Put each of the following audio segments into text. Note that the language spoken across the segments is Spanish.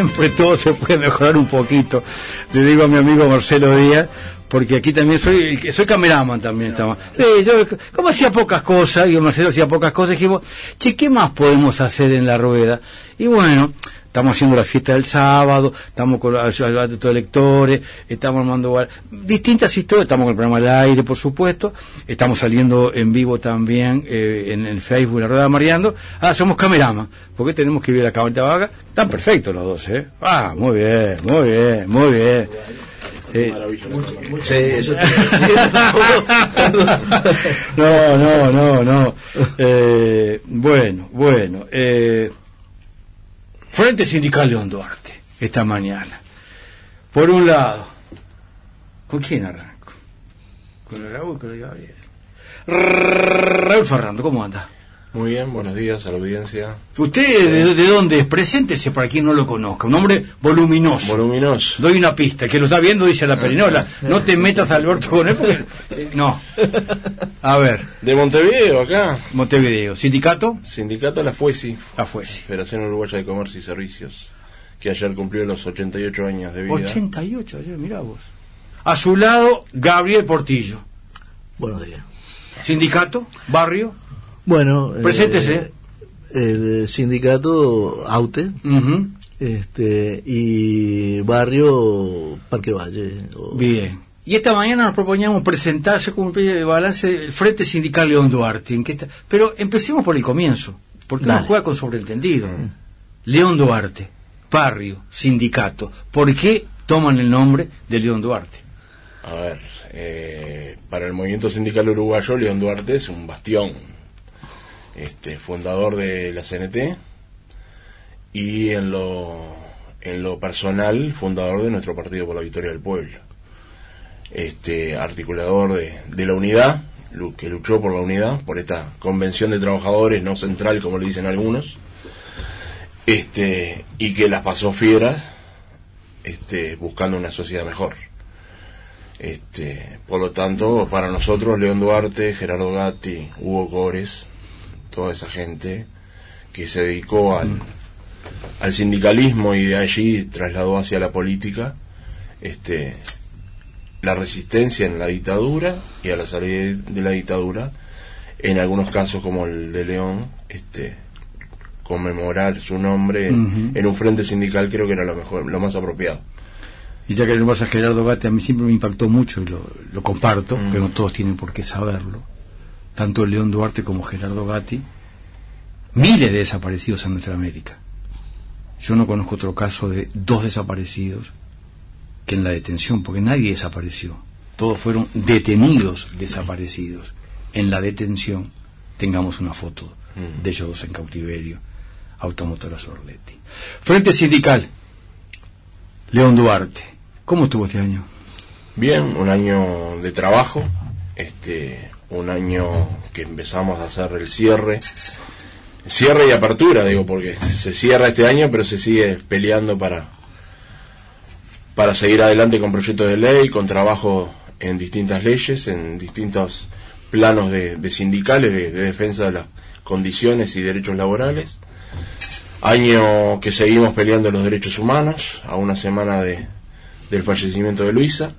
siempre todo se puede mejorar un poquito. Le digo a mi amigo Marcelo Díaz, porque aquí también soy cameraman también. Yo, como hacía pocas cosas, y Marcelo hacía pocas cosas, dijimos, che, ¿qué más podemos hacer en la rueda? Y bueno, estamos haciendo la fiesta del sábado, estamos con los lectores, estamos armando distintas historias, estamos con el programa al aire, por supuesto, estamos saliendo en vivo también en el Facebook, en la rueda Mariando. Somos cameraman, porque tenemos que ver la cámara vaga. Están perfectos los dos, ¿eh? Muy bien, muy bien, muy bien. Sí, eso No. Bueno. Frente Sindical León Duarte, esta mañana. Por un lado, ¿con quién arranco? Con el Raúl, con el Gabriel. Raúl Ferrando, ¿cómo anda? Muy bien, buenos días a la audiencia. ¿Usted de dónde es? Preséntese para quien no lo conozca. Un hombre voluminoso. Voluminoso. Doy una pista. El que lo está viendo dice a la perinola. No te metas, Alberto, con él porque... No. A ver. De Montevideo, acá. Montevideo. ¿Sindicato? Sindicato La Fuesi. La Fuesi. Federación Uruguaya de Comercio y Servicios, que ayer cumplió los 88 años de vida. 88, ayer, mirá vos. A su lado, Gabriel Portillo. Buenos días. ¿Sindicato? ¿Barrio? Bueno, preséntese. El sindicato AUTE, y barrio Parque Valle. Bien. Y esta mañana nos proponíamos presentarse con un especie de balance del Frente Sindical León Duarte. Pero empecemos por el comienzo, porque uno juega con sobreentendido. León Duarte, barrio, sindicato. ¿Por qué toman el nombre de León Duarte? A ver, para el movimiento sindical uruguayo, León Duarte es un bastión. Fundador de la CNT y en lo personal fundador de nuestro Partido por la Victoria del Pueblo, articulador de la unidad, que luchó por la unidad, por esta convención de trabajadores no central como le dicen algunos, y que las pasó fieras buscando una sociedad mejor. Por lo tanto, para nosotros León Duarte, Gerardo Gatti, Hugo Cores, toda esa gente que se dedicó al sindicalismo y de allí trasladó hacia la política la resistencia en la dictadura y a la salida de la dictadura, en algunos casos como el de León, conmemorar su nombre en un frente sindical creo que era lo más apropiado. Y ya que le pasa a Gerardo Gatti, a mí siempre me impactó mucho y lo comparto, pero no todos tienen por qué saberlo. Tanto León Duarte como Gerardo Gatti, miles de desaparecidos en nuestra América. Yo no conozco otro caso de 2 desaparecidos que en la detención, porque nadie desapareció. Todos fueron detenidos, desaparecidos. En la detención tengamos una foto de ellos 2 en cautiverio. Automotoras Orletti. Frente Sindical, León Duarte. ¿Cómo estuvo este año? Bien, un año de trabajo, un año que empezamos a hacer el cierre y apertura, digo, porque se cierra este año, pero se sigue peleando para seguir adelante con proyectos de ley, con trabajo en distintas leyes, en distintos planos de sindicales, de defensa de las condiciones y derechos laborales. Año que seguimos peleando los derechos humanos, a una semana del fallecimiento de Luisa.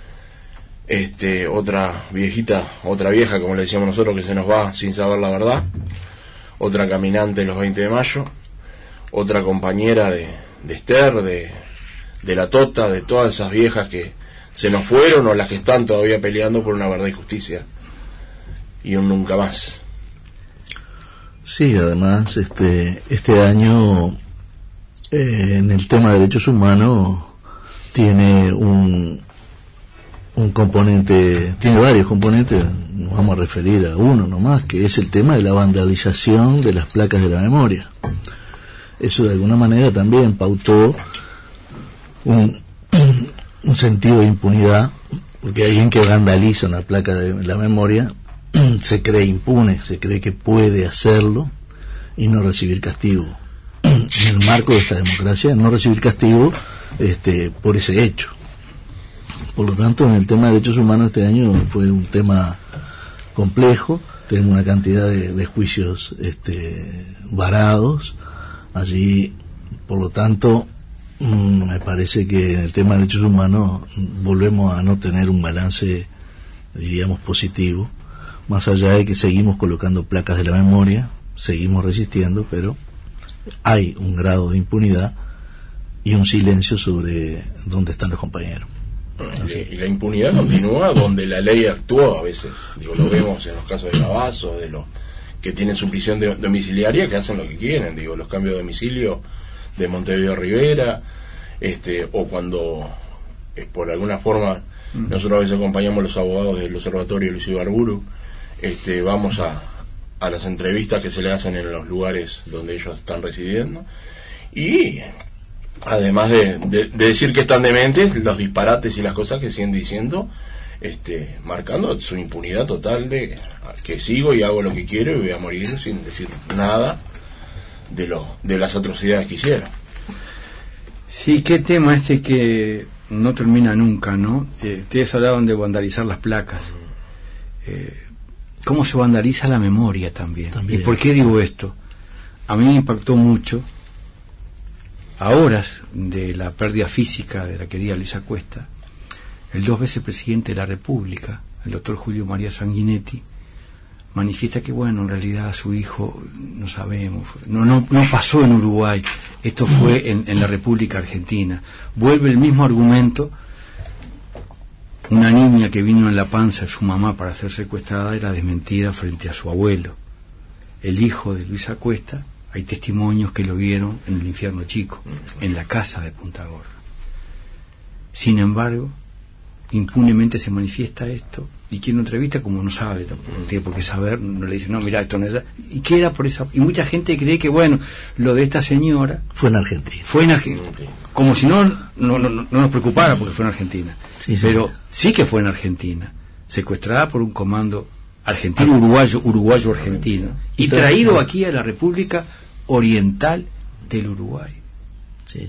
Otra vieja, como le decíamos nosotros, que se nos va sin saber la verdad. Otra caminante los 20 de mayo. Otra compañera de Esther, de la Tota, de todas esas viejas que se nos fueron o las que están todavía peleando por una verdad y justicia. Y un nunca más. Sí, además, este año, en el tema de derechos humanos, tiene un componente, tiene varios componentes, nos vamos a referir a uno nomás, que es el tema de la vandalización de las placas de la memoria. Eso de alguna manera también pautó un sentido de impunidad, porque alguien que vandaliza una placa de la memoria se cree impune, se cree que puede hacerlo y no recibir castigo. En el marco de esta democracia, no recibir castigo por ese hecho. Por lo tanto, en el tema de derechos humanos este año fue un tema complejo. Tenemos una cantidad de juicios varados allí. Por lo tanto, Me parece que en el tema de derechos humanos volvemos a no tener un balance, diríamos, positivo, más allá de que seguimos colocando placas de la memoria, seguimos resistiendo, pero hay un grado de impunidad y un silencio sobre dónde están los compañeros. Y la impunidad continúa donde la ley actuó a veces. Digo, lo vemos en los casos de Cavazo, de los que tienen su prisión domiciliaria, que hacen lo que quieren. Digo, los cambios de domicilio de Montevideo Rivera, o cuando por alguna forma nosotros a veces acompañamos a los abogados del Observatorio Luis Ibarburu, vamos a las entrevistas que se le hacen en los lugares donde ellos están residiendo, y además de decir que están dementes, los disparates y las cosas que siguen diciendo, marcando su impunidad total de que sigo y hago lo que quiero y voy a morir sin decir nada de las atrocidades que hicieron. Sí, qué tema que no termina nunca, ¿no? Ustedes hablaban de vandalizar las placas. ¿Cómo se vandaliza la memoria también? ¿Y por qué digo esto? A mí me impactó mucho, a horas de la pérdida física de la querida Luisa Cuesta, el 2 veces presidente de la República, el doctor Julio María Sanguinetti, manifiesta que, bueno, en realidad su hijo, no sabemos, no pasó en Uruguay, esto fue en la República Argentina. Vuelve el mismo argumento. Una niña que vino en la panza de su mamá para ser secuestrada era desmentida frente a su abuelo. El hijo de Luisa Cuesta, hay testimonios que lo vieron en el infierno chico, en la casa de Punta Gorda. Sin embargo, impunemente se manifiesta esto, y quien lo entrevista, como no sabe, tampoco tiene por qué saber, no le dice, no, mira, esto no es, y queda por esa, y mucha gente cree que, bueno, lo de esta señora fue en Argentina, como si no nos preocupara porque fue en Argentina, sí, pero sí que fue en Argentina, secuestrada por un comando argentino, uruguayo argentino, y traído aquí a la República Oriental del Uruguay. Sí.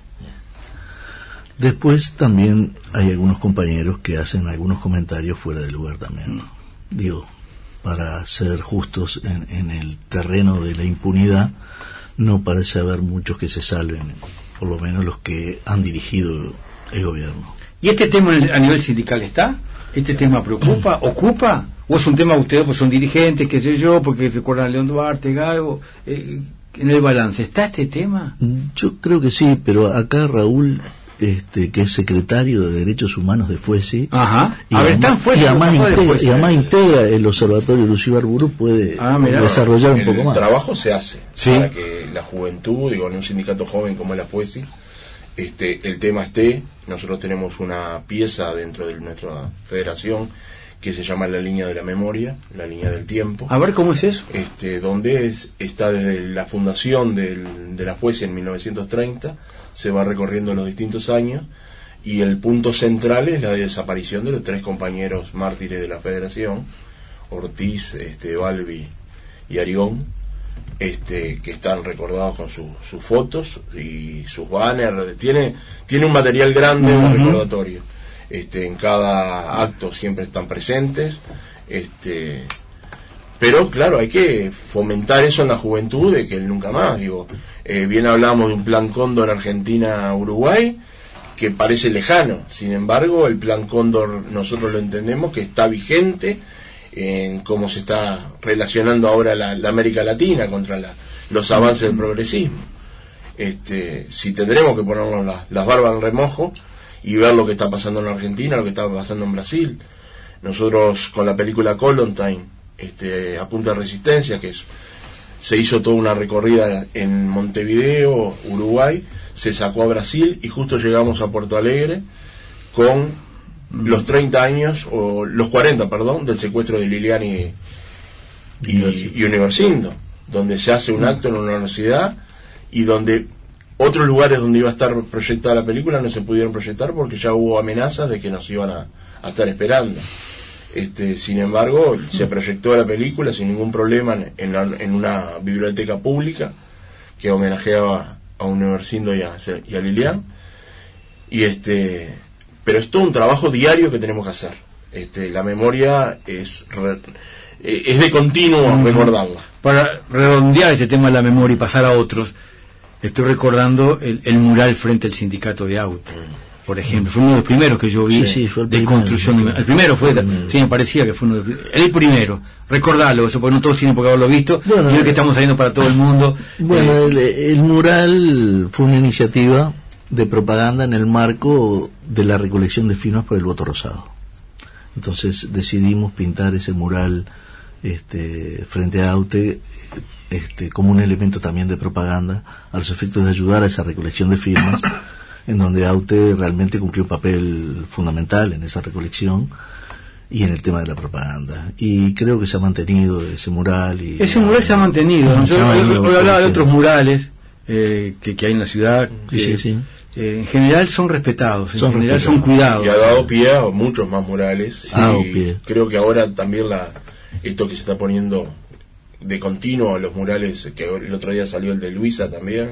Después también hay algunos compañeros que hacen algunos comentarios fuera de lugar también, ¿no? Digo, para ser justos en el terreno de la impunidad, no parece haber muchos que se salven, por lo menos los que han dirigido el gobierno. ¿Y este tema a nivel sindical está? ¿Este tema preocupa, ocupa? ¿O es un tema ustedes, pues son dirigentes, qué sé yo, porque recuerdan a León Duarte, Gago, en el balance? ¿Está este tema? Yo creo que sí, pero acá Raúl, que es secretario de Derechos Humanos de FUESI, y además integra el Observatorio Luis Ibarburu, puede desarrollar un poco más. El trabajo se hace, ¿sí?, para que la juventud, digo, en un sindicato joven como es la FUESI, el tema esté. Nosotros tenemos una pieza dentro de nuestra federación que se llama la línea de la memoria, la línea del tiempo. A ver, ¿cómo es eso? Donde está desde la fundación de la FUESI en 1930, se va recorriendo los distintos años, y el punto central es la desaparición de los 3 compañeros mártires de la federación, Ortiz, Balbi y Arión, que están recordados con sus fotos y sus banners. Tiene un material grande de recordatorio. En cada acto siempre están presentes, pero claro, hay que fomentar eso en la juventud, de que el nunca más, digo, bien hablamos de un plan Cóndor Argentina-Uruguay que parece lejano, sin embargo el plan Cóndor nosotros lo entendemos que está vigente en cómo se está relacionando ahora la América Latina contra los avances del progresismo. Si tendremos que ponernos las barbas en remojo y ver lo que está pasando en Argentina, lo que está pasando en Brasil. Nosotros con la película Kollontai, a punta de resistencia, se hizo toda una recorrida en Montevideo, Uruguay, se sacó a Brasil y justo llegamos a Porto Alegre con los 30 años, o los 40, perdón, del secuestro de Liliani y Universindo, donde se hace un acto en una universidad y donde otros lugares donde iba a estar proyectada la película no se pudieron proyectar porque ya hubo amenazas de que nos iban a estar esperando. Sin embargo, se proyectó la película sin ningún problema en una biblioteca pública que homenajeaba a Universindo y a Lilian, pero es todo un trabajo diario que tenemos que hacer. La memoria es de continuo recordarla. Para redondear este tema de la memoria y pasar a otros, estoy recordando el mural frente al sindicato de auto, por ejemplo. Fue uno de los primeros que yo vi fue el de primero, construcción. El primero fue, sí, me parecía que fue uno el primero. Recordalo, eso, porque no todos tienen por qué haberlo visto. Bueno, y hoy que estamos saliendo para todo el mundo. Bueno, el mural fue una iniciativa de propaganda en el marco de la recolección de firmas por el voto rosado. Entonces decidimos pintar ese mural frente a AUTE como un elemento también de propaganda a los efectos de ayudar a esa recolección de firmas, en donde AUTE realmente cumplió un papel fundamental en esa recolección y en el tema de la propaganda. Y creo que se ha mantenido ese mural. Ese mural se ha mantenido, ¿no? Yo hoy hablaba de otros murales que hay en la ciudad. Sí. En general son respetados, son cuidados. Y ha dado pie a muchos más murales. Pie. Creo que ahora también esto que se está poniendo de continuo, los murales, que el otro día salió el de Luisa también,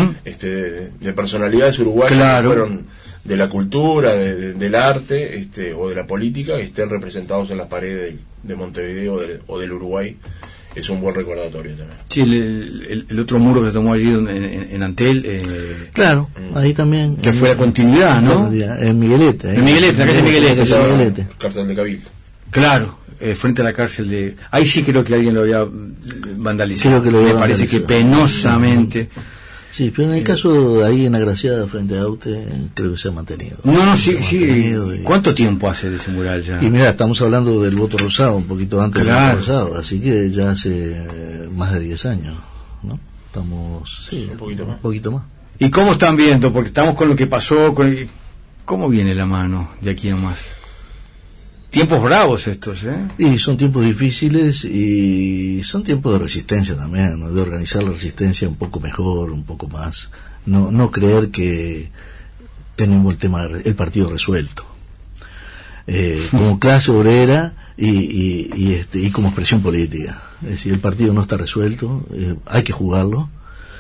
de personalidades uruguayas, claro, que fueron de la cultura, del arte, o de la política, que estén representados en las paredes de Montevideo o del Uruguay. Es un buen recordatorio también. Sí, el otro muro que se tomó allí en Antel. Claro, ahí también. Que fue la continuidad, ¿no? En Miguelete. En Miguelete, la calle Miguelete. Cárcel de Cabildo. Claro, frente a la cárcel de... Ahí sí creo que alguien lo había vandalizado. Me parece que penosamente. Sí, pero en el caso de ahí en Agraciada frente a AUTE, creo que se ha mantenido. Sí. ¿Cuánto tiempo hace de ese mural ya? Y mira, estamos hablando del voto rosado, un poquito antes del voto rosado, así que ya hace más de 10 años, ¿no? Estamos, un poquito más. ¿Y cómo están viendo? Porque estamos con lo que pasó, ¿cómo viene la mano de aquí en más? Tiempos bravos estos, ¿eh? Y son tiempos difíciles y son tiempos de resistencia también, ¿no? De organizar la resistencia un poco mejor, un poco más. No creer que tenemos el partido resuelto. Como clase obrera y como expresión política. Es decir, el partido no está resuelto, hay que jugarlo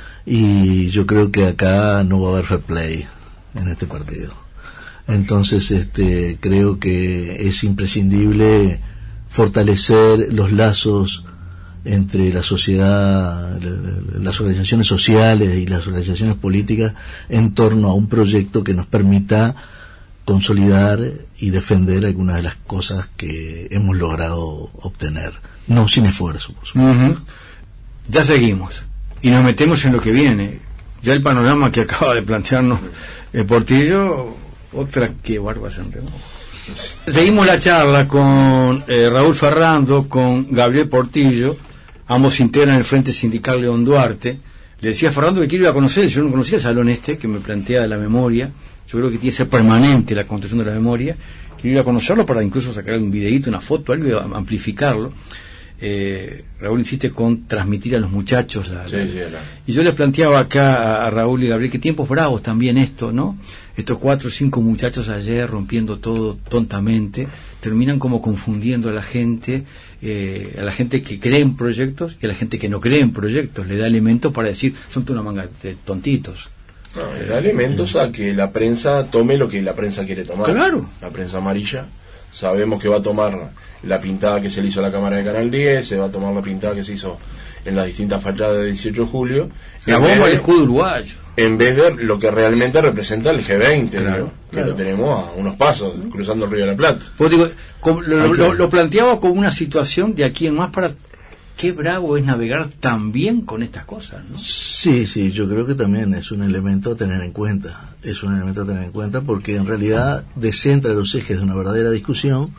y yo creo que acá no va a haber fair play en este partido. Entonces creo que es imprescindible fortalecer los lazos entre la sociedad, las organizaciones sociales y las organizaciones políticas en torno a un proyecto que nos permita consolidar y defender algunas de las cosas que hemos logrado obtener, no sin esfuerzo, por supuesto. Ya seguimos y nos metemos en lo que viene. Ya el panorama que acaba de plantearnos Portillo, otra que barba se enredó. Seguimos la charla con Raúl Ferrando, con Gabriel Portillo, ambos integran el Frente Sindical León Duarte. Le decía a Ferrando que quiero ir a conocer, yo no conocía el salón que me plantea de la memoria. Yo creo que tiene que ser permanente la construcción de la memoria. Quiero ir a conocerlo para incluso sacar un videíto, una foto, algo y amplificarlo. Raúl insiste con transmitir a los muchachos y yo les planteaba acá a Raúl y Gabriel que tiempos bravos también esto, ¿no? Estos 4 o 5 muchachos ayer rompiendo todo tontamente, terminan como confundiendo a la gente que cree en proyectos y a la gente que no cree en proyectos, le da elementos para decir son toda una manga de tontitos. Le da elementos a que la prensa tome lo que la prensa quiere tomar. Claro. La prensa amarilla sabemos que va a tomar la pintada que se le hizo a la cámara de Canal 10, se va a tomar la pintada que se hizo en las distintas fachadas del 18 de julio. La bomba del escudo uruguayo. En vez de lo que realmente representa el G20, claro, que lo tenemos a unos pasos, cruzando el Río de la Plata. Pues digo, lo planteaba como una situación de aquí en más para... Qué bravo es navegar tan bien con estas cosas, ¿no? Sí, yo creo que también es un elemento a tener en cuenta. Porque en realidad descentra los ejes de una verdadera discusión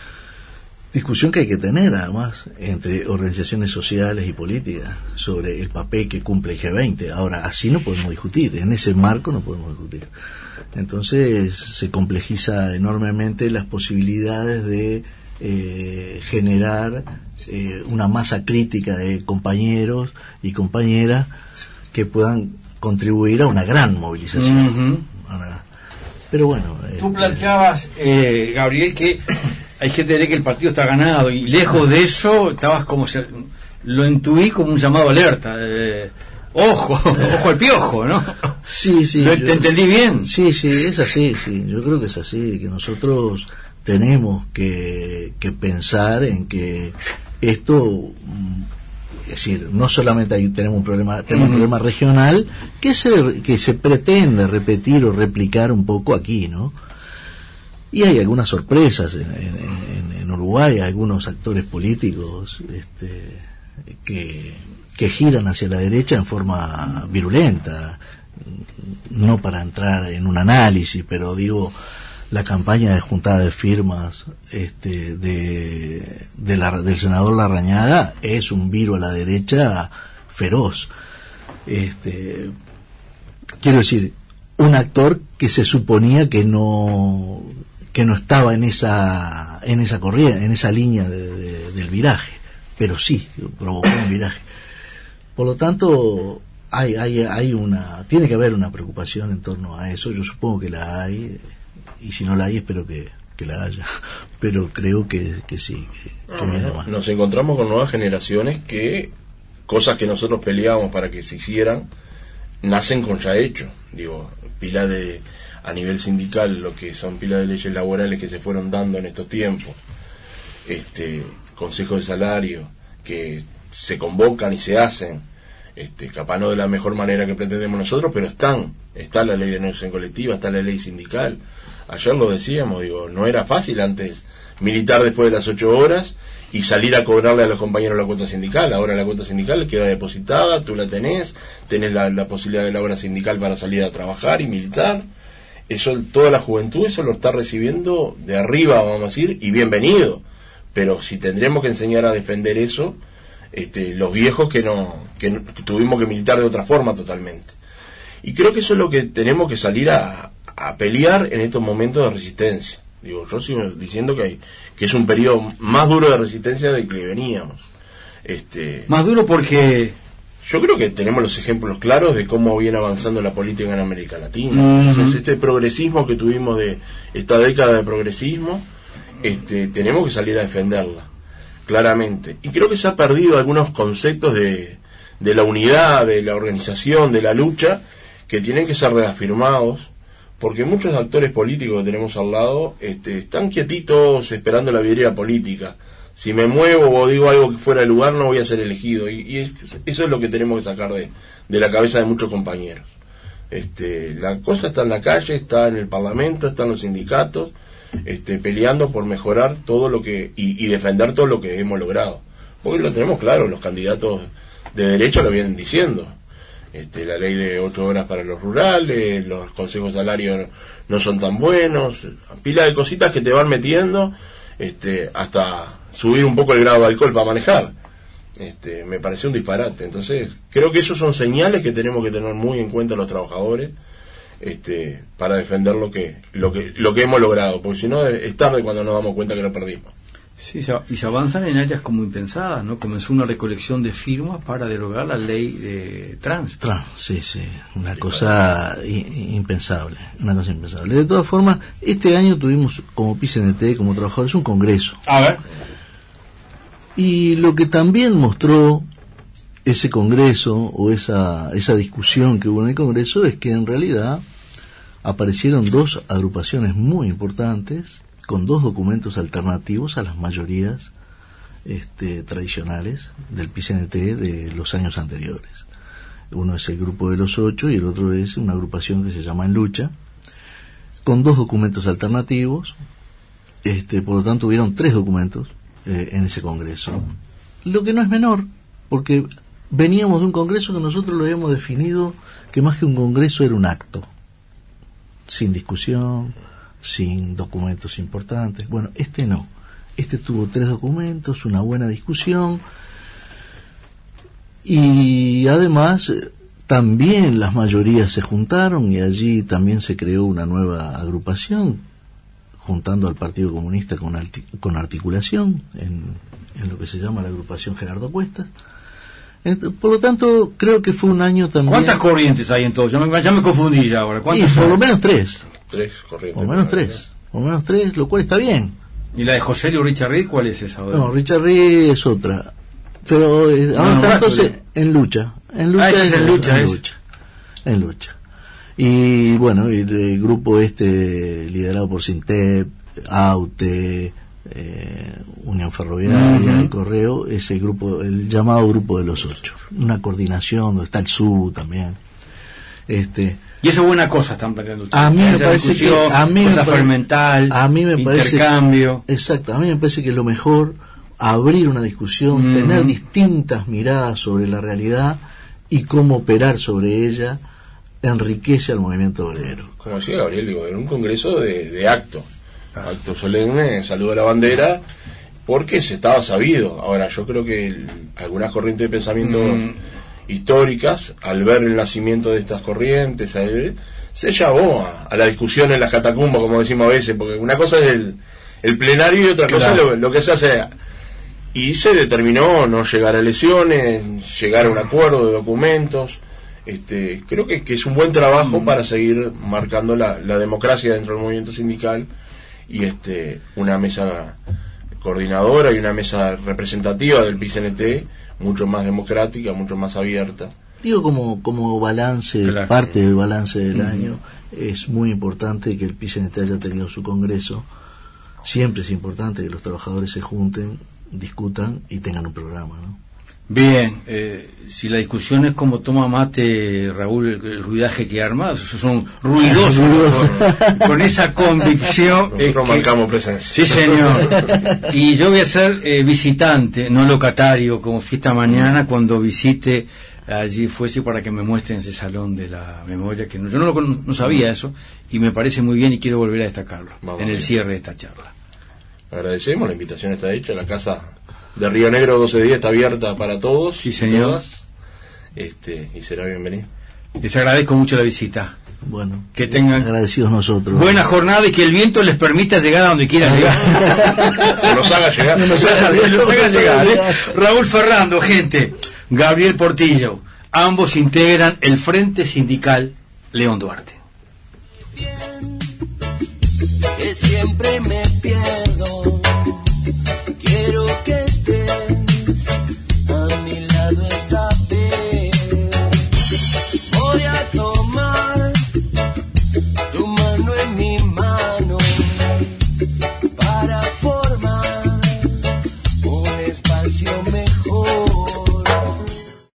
que hay que tener además entre organizaciones sociales y políticas sobre el papel que cumple el G20. Ahora, así no podemos discutir, en ese marco no podemos discutir. Entonces se complejiza enormemente las posibilidades de generar una masa crítica de compañeros y compañeras que puedan contribuir a una gran movilización. Pero bueno, tú planteabas, Gabriel, que hay gente que cree que el partido está ganado y lejos de eso estabas lo intuí como un llamado alerta, ojo al piojo, ¿no? Sí. ¿Te entendí bien? Sí, es así, yo creo que es así, que nosotros tenemos que pensar en que esto decir, no solamente tenemos un problema regional que se pretende repetir o replicar un poco aquí, ¿no? Y hay algunas sorpresas en Uruguay, algunos actores políticos que giran hacia la derecha en forma virulenta, no para entrar en un análisis, pero digo, la campaña de juntada de firmas del senador Larrañaga es un viro a la derecha feroz. Quiero decir, un actor que se suponía que no estaba en esa corriente, en esa línea del viraje, pero sí provocó un viraje. Por lo tanto, tiene que haber una preocupación en torno a eso. Yo supongo que la hay, y si no la hay, espero que la haya, pero creo que sí, que viene más. Nos encontramos con nuevas generaciones que cosas que nosotros peleábamos para que se hicieran nacen con ya hecho. Digo, pila a nivel sindical, lo que son pilas de leyes laborales que se fueron dando en estos tiempos, consejos de salario que se convocan y se hacen, capaz no de la mejor manera que pretendemos nosotros, pero está la ley de negociación colectiva, está la ley sindical. Ayer lo decíamos, digo, no era fácil antes militar después de las 8 horas y salir a cobrarle a los compañeros la cuota sindical. Ahora la cuota sindical queda depositada, tú la tenés la posibilidad de la hora sindical para salir a trabajar y militar. Eso, toda la juventud eso lo está recibiendo de arriba, vamos a decir, y bienvenido. Pero si tendremos que enseñar a defender eso, los viejos que tuvimos que militar de otra forma totalmente. Y creo que eso es lo que tenemos que salir a pelear en estos momentos de resistencia. Digo, yo sigo diciendo que es un periodo más duro de resistencia del que veníamos. Más duro porque yo creo que tenemos los ejemplos claros de cómo viene avanzando la política en América Latina. Entonces, este progresismo que tuvimos de esta década de progresismo, tenemos que salir a defenderla, claramente. Y creo que se ha perdido algunos conceptos de la unidad, de la organización, de la lucha, que tienen que ser reafirmados, porque muchos actores políticos que tenemos al lado están quietitos esperando la vidriera política. Si me muevo o digo algo que fuera de lugar, no voy a ser elegido. Y eso es lo que tenemos que sacar de la cabeza de muchos compañeros. La cosa está en la calle, está en el Parlamento, está en los sindicatos, peleando por mejorar todo lo que y defender todo lo que hemos logrado. Porque lo tenemos claro, los candidatos de derecha lo vienen diciendo. La ley de 8 horas para los rurales, los consejos de salario no son tan buenos, pila de cositas que te van metiendo, hasta subir un poco el grado de alcohol para manejar. Me pareció un disparate. Entonces creo que esos son señales que tenemos que tener muy en cuenta los trabajadores, para defender lo que hemos logrado, porque si no es tarde cuando nos damos cuenta que lo perdimos. Sí, y se avanzan en áreas como impensadas, ¿no? Comenzó una recolección de firmas para derogar la ley de trans. Sí, una cosa impensable, De todas formas, este año tuvimos como PCNT, como trabajadores, un congreso. A ver. Y lo que también mostró ese congreso, o esa discusión que hubo en el congreso, es que en realidad aparecieron dos agrupaciones muy importantes, con dos documentos alternativos a las mayorías tradicionales del PCNT de los años anteriores. Uno es el Grupo de los 8 y el otro es una agrupación que se llama En Lucha, con dos documentos alternativos. Por lo tanto hubieron 3 documentos en ese congreso, lo que no es menor, porque veníamos de un congreso que nosotros lo habíamos definido que más que un congreso era un acto, sin discusión, sin documentos importantes. Bueno, no. Tuvo 3 documentos, una buena discusión, y además también las mayorías se juntaron y allí también se creó una nueva agrupación, juntando al Partido Comunista con articulación en lo que se llama la agrupación Gerardo Cuestas. Por lo tanto, creo que fue un año también... ¿Cuántas corrientes hay en todo? Ya me confundí ya ahora. Y por lo menos 3. 3 corrientes. Por lo menos 3, lo cual está bien. ¿Y la de José Luis Richard Reed cuál es esa? No, Richard Reed es otra. Pero ahora está entonces En Lucha. En Lucha. Y bueno, el grupo liderado por Sintep, AUTE, Unión ferroviaria, el correo, es el grupo, el llamado grupo de los 8, una coordinación donde está el SU también. Y eso es buena cosa, están planteando ustedes. A mí me parece que fermental, intercambio. Exacto, a mí me parece que es lo mejor abrir una discusión, tener distintas miradas sobre la realidad y cómo operar sobre ella enriquece al movimiento obrero. Como decía Gabriel, digo, en un congreso de acto solemne, saludo a la bandera, porque se estaba sabido. Ahora, yo creo que algunas corrientes de pensamiento históricas, al ver el nacimiento de estas corrientes, se llevó a la discusión en las catacumbas, como decimos a veces, porque una cosa es el plenario y otra cosa es lo que se hace. Y se determinó no llegar a elecciones, llegar a un acuerdo de documentos. Creo que es un buen trabajo para seguir marcando la democracia dentro del movimiento sindical, y una mesa coordinadora y una mesa representativa del PICNT mucho más democrática, mucho más abierta. Digo, como balance, parte del balance del año, es muy importante que el PICNT haya tenido su congreso. Siempre es importante que los trabajadores se junten, discutan y tengan un programa, ¿no? Bien, si la discusión es como toma mate Raúl, el ruidaje que arma, esos son ruidosos, con esa convicción. Nosotros marcamos presencia. Sí, señor. Y yo voy a ser visitante, no locatario, como fui esta mañana cuando visite allí, fuese para que me muestren ese salón de la memoria, que yo no sabía eso, y me parece muy bien y quiero volver a destacarlo en el cierre de esta charla. Agradecemos, la invitación está hecha, la casa de Río Negro 1210 está abierta para todos. Sí, señor. Todas, y será bienvenido. Les agradezco mucho la visita. Bueno, que tengan agradecidos nosotros. Buena jornada y que el viento les permita llegar a donde quieran llegar. Que nos haga llegar. Nos haga llegar. Raúl Ferrando, gente. Gabriel Portillo. Ambos integran el Frente Sindical León Duarte. Que siempre me pierdo.